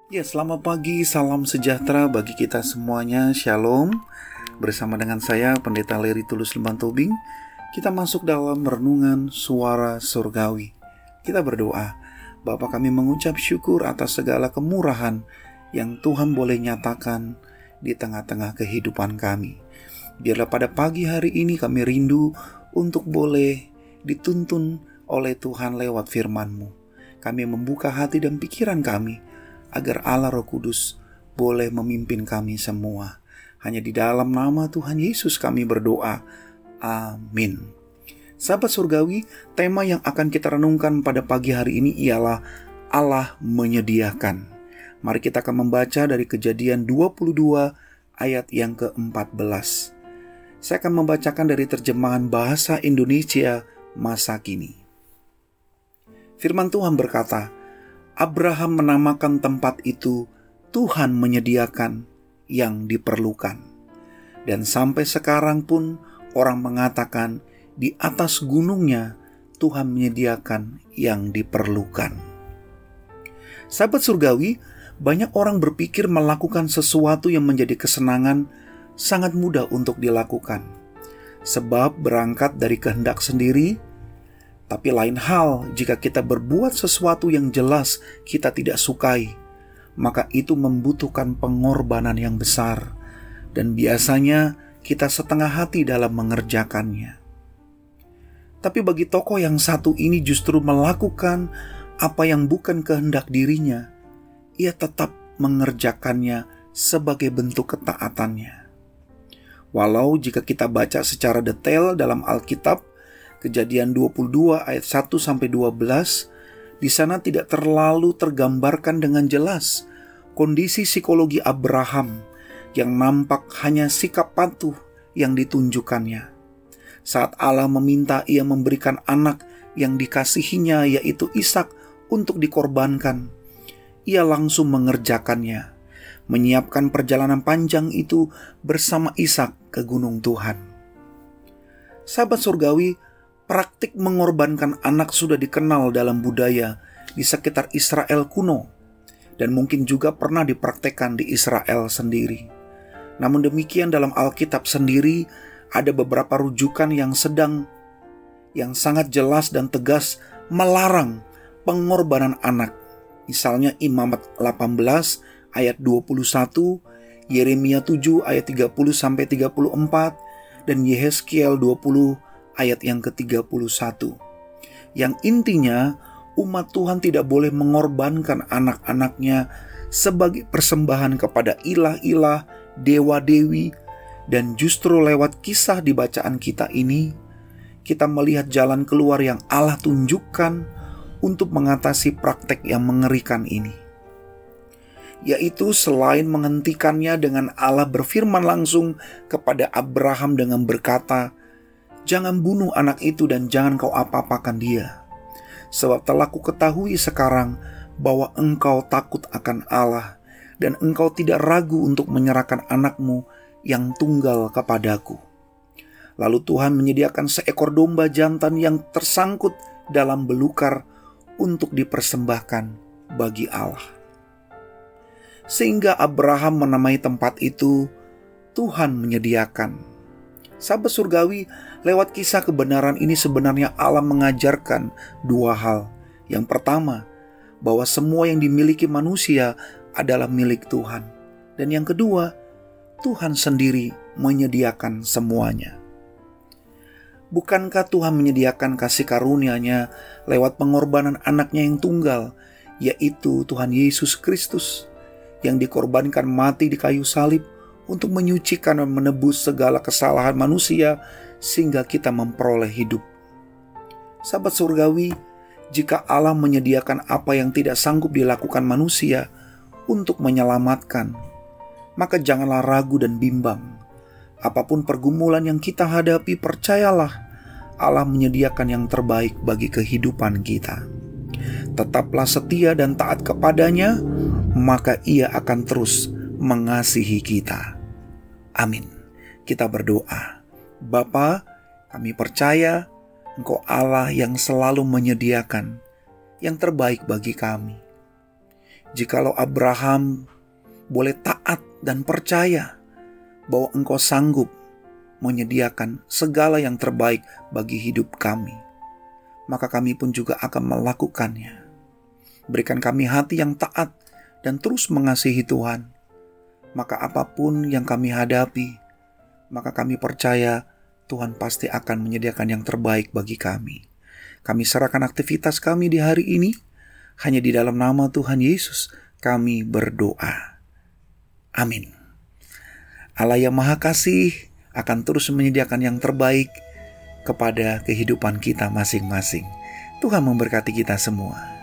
Ya, selamat pagi, salam sejahtera bagi kita semuanya, Shalom. Bersama dengan saya, Pendeta Leri Tulus Lemban Tobing, kita masuk dalam renungan suara surgawi. Kita berdoa, Bapa, kami mengucap syukur atas segala kemurahan yang Tuhan boleh nyatakan di tengah-tengah kehidupan kami. Biarlah pada pagi hari ini kami rindu untuk boleh dituntun oleh Tuhan lewat firman-Mu. Kami membuka hati dan pikiran kami agar Allah Roh Kudus boleh memimpin kami semua. Hanya di dalam nama Tuhan Yesus kami berdoa. Amin. Sahabat surgawi, tema yang akan kita renungkan pada pagi hari ini ialah Allah menyediakan. Mari kita akan membaca dari Kejadian 22 ayat yang ke-14. Saya akan membacakan dari terjemahan bahasa Indonesia masa kini. Firman Tuhan berkata, Abraham menamakan tempat itu Tuhan menyediakan yang diperlukan. Dan sampai sekarang pun orang mengatakan di atas gunungnya Tuhan menyediakan yang diperlukan. Sahabat surgawi, banyak orang berpikir melakukan sesuatu yang menjadi kesenangan sangat mudah untuk dilakukan. Sebab berangkat dari kehendak sendiri. Tapi lain hal jika kita berbuat sesuatu yang jelas kita tidak sukai, maka itu membutuhkan pengorbanan yang besar, dan biasanya kita setengah hati dalam mengerjakannya. Tapi bagi tokoh yang satu ini justru melakukan apa yang bukan kehendak dirinya, ia tetap mengerjakannya sebagai bentuk ketaatannya. Walau jika kita baca secara detail dalam Alkitab, Kejadian 22 ayat 1-12, di sana tidak terlalu tergambarkan dengan jelas kondisi psikologi Abraham yang nampak hanya sikap patuh yang ditunjukkannya. Saat Allah meminta ia memberikan anak yang dikasihinya yaitu Ishak untuk dikorbankan, ia langsung mengerjakannya, menyiapkan perjalanan panjang itu bersama Ishak ke gunung Tuhan. Sahabat surgawi, praktik mengorbankan anak sudah dikenal dalam budaya di sekitar Israel kuno dan mungkin juga pernah dipraktekkan di Israel sendiri. Namun demikian dalam Alkitab sendiri ada beberapa rujukan yang sangat jelas dan tegas melarang pengorbanan anak. Misalnya Imamat 18 ayat 21, Yeremia 7 ayat 30-34, dan Yehezkiel 20 ayat yang ke-31. Yang intinya, umat Tuhan tidak boleh mengorbankan anak-anaknya sebagai persembahan kepada ilah-ilah, dewa-dewi, dan justru lewat kisah di bacaan kita ini, kita melihat jalan keluar yang Allah tunjukkan untuk mengatasi praktek yang mengerikan ini. Yaitu selain menghentikannya dengan Allah berfirman langsung kepada Abraham dengan berkata, jangan bunuh anak itu dan jangan kau apa-apakan dia. Sebab telah kuketahui sekarang bahwa engkau takut akan Allah dan engkau tidak ragu untuk menyerahkan anakmu yang tunggal kepadaku. Lalu Tuhan menyediakan seekor domba jantan yang tersangkut dalam belukar untuk dipersembahkan bagi Allah. Sehingga Abraham menamai tempat itu Tuhan menyediakan. Sahabat surgawi, lewat kisah kebenaran ini sebenarnya Allah mengajarkan dua hal. Yang pertama, bahwa semua yang dimiliki manusia adalah milik Tuhan. Dan yang kedua, Tuhan sendiri menyediakan semuanya. Bukankah Tuhan menyediakan kasih karunia-Nya lewat pengorbanan anaknya yang tunggal, yaitu Tuhan Yesus Kristus, yang dikorbankan mati di kayu salib untuk menyucikan dan menebus segala kesalahan manusia sehingga kita memperoleh hidup. Sahabat surgawi, jika Allah menyediakan apa yang tidak sanggup dilakukan manusia untuk menyelamatkan, maka janganlah ragu dan bimbang. Apapun pergumulan yang kita hadapi, percayalah Allah menyediakan yang terbaik bagi kehidupan kita. Tetaplah setia dan taat kepadanya, maka Ia akan terus mengasihi kita. Amin. Kita berdoa. Bapa, kami percaya Engkau Allah yang selalu menyediakan yang terbaik bagi kami. Jikalau Abraham boleh taat dan percaya bahwa Engkau sanggup menyediakan segala yang terbaik bagi hidup kami, maka kami pun juga akan melakukannya. Berikan kami hati yang taat dan terus mengasihi Tuhan. Maka apapun yang kami hadapi, maka kami percaya Tuhan pasti akan menyediakan yang terbaik bagi kami. Kami serahkan aktivitas kami di hari ini. Hanya di dalam nama Tuhan Yesus kami berdoa. Amin. Allah yang Maha Kasih akan terus menyediakan yang terbaik kepada kehidupan kita masing-masing. Tuhan memberkati kita semua.